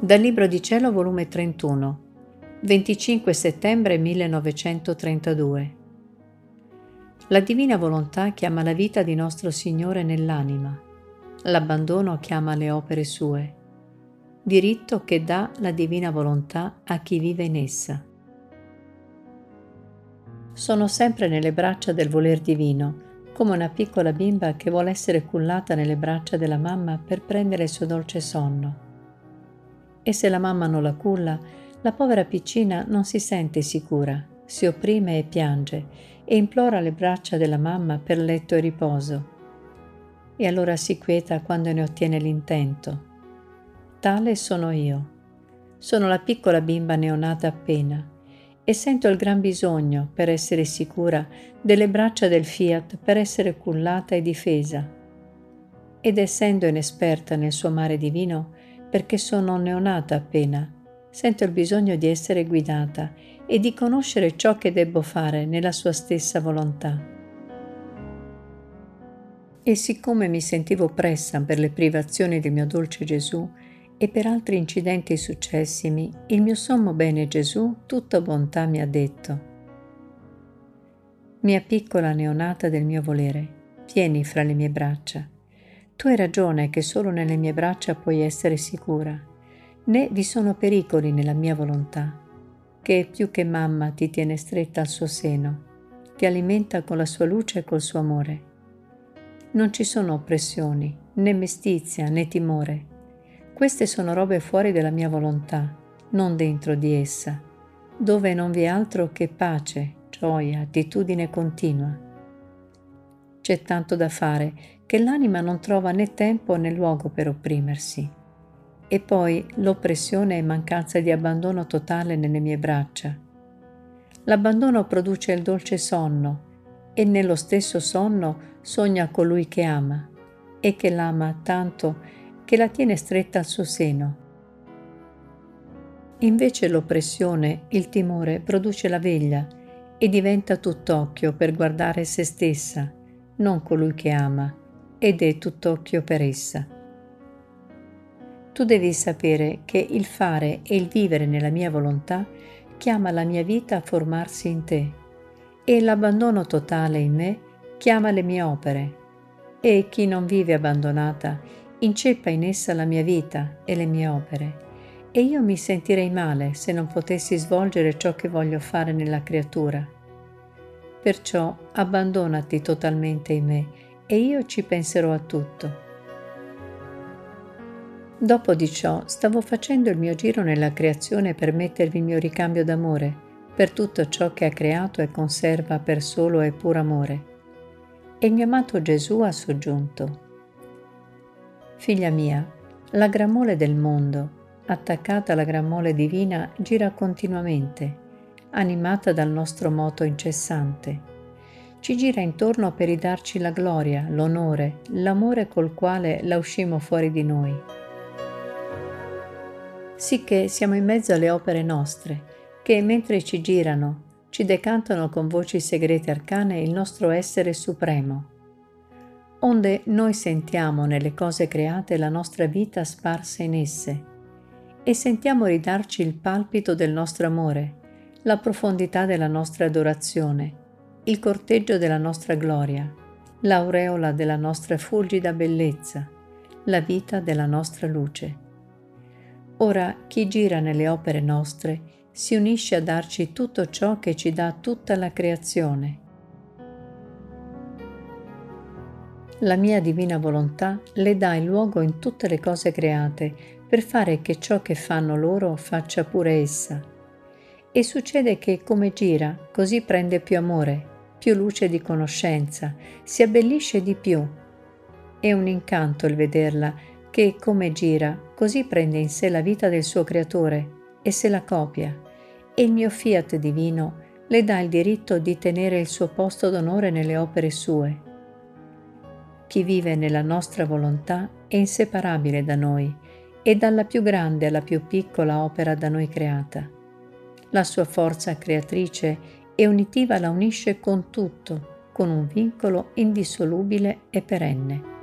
Dal Libro di Cielo, volume 31, 25 settembre 1932. La divina volontà chiama la vita di nostro Signore nell'anima. L'abbandono chiama le opere sue. Diritto che dà la divina volontà a chi vive in essa. Sono sempre nelle braccia del voler divino, come una piccola bimba che vuole essere cullata nelle braccia della mamma per prendere il suo dolce sonno. E se la mamma non la culla, la povera piccina non si sente sicura, si opprime e piange e implora le braccia della mamma per letto e riposo. E allora si quieta quando ne ottiene l'intento. Tale sono io. Sono la piccola bimba neonata appena e sento il gran bisogno, per essere sicura, delle braccia del Fiat per essere cullata e difesa. Ed essendo inesperta nel suo mare divino, perché sono neonata appena, sento il bisogno di essere guidata e di conoscere ciò che debbo fare nella sua stessa volontà. E siccome mi sentivo oppressa per le privazioni del mio dolce Gesù e per altri incidenti successimi, il mio sommo bene Gesù, tutta bontà, mi ha detto: mia piccola neonata del mio volere, vieni fra le mie braccia. Tu hai ragione che solo nelle mie braccia puoi essere sicura, né vi sono pericoli nella mia volontà, che più che mamma ti tiene stretta al suo seno, ti alimenta con la sua luce e col suo amore. Non ci sono oppressioni, né mestizia, né timore. Queste sono robe fuori della mia volontà, non dentro di essa, dove non vi è altro che pace, gioia, attitudine continua. C'è tanto da fare che l'anima non trova né tempo né luogo per opprimersi. E poi l'oppressione è mancanza di abbandono totale nelle mie braccia. L'abbandono produce il dolce sonno e nello stesso sonno sogna colui che ama e che l'ama tanto che la tiene stretta al suo seno. Invece l'oppressione, il timore, produce la veglia e diventa tutt'occhio per guardare se stessa, non colui che ama, ed è tutt'occhio per essa. Tu devi sapere che il fare e il vivere nella mia volontà chiama la mia vita a formarsi in te, e l'abbandono totale in me chiama le mie opere, e chi non vive abbandonata inceppa in essa la mia vita e le mie opere, e io mi sentirei male se non potessi svolgere ciò che voglio fare nella creatura. Perciò abbandonati totalmente in me e io ci penserò a tutto. Dopo di ciò stavo facendo il mio giro nella creazione per mettervi il mio ricambio d'amore per tutto ciò che ha creato e conserva per solo e puro amore. E il mio amato Gesù ha soggiunto: figlia mia, la gramole del mondo, attaccata alla gramole divina, gira continuamente, animata dal nostro moto incessante. Ci gira intorno per ridarci la gloria, l'onore, l'amore col quale la uscimmo fuori di noi. Sicché siamo in mezzo alle opere nostre, che mentre ci girano, ci decantano con voci segrete arcane il nostro essere supremo. Onde noi sentiamo nelle cose create la nostra vita sparsa in esse, e sentiamo ridarci il palpito del nostro amore, la profondità della nostra adorazione, il corteggio della nostra gloria, l'aureola della nostra fulgida bellezza, la vita della nostra luce. Ora chi gira nelle opere nostre si unisce a darci tutto ciò che ci dà tutta la creazione. La mia divina volontà le dà il luogo in tutte le cose create per fare che ciò che fanno loro faccia pure essa. E succede che come gira, così prende più amore, più luce di conoscenza, si abbellisce di più. È un incanto il vederla che come gira, così prende in sé la vita del suo creatore e se la copia, e il mio fiat divino le dà il diritto di tenere il suo posto d'onore nelle opere sue. Chi vive nella nostra volontà è inseparabile da noi e dalla più grande alla più piccola opera da noi creata. La sua forza creatrice e unitiva la unisce con tutto, con un vincolo indissolubile e perenne.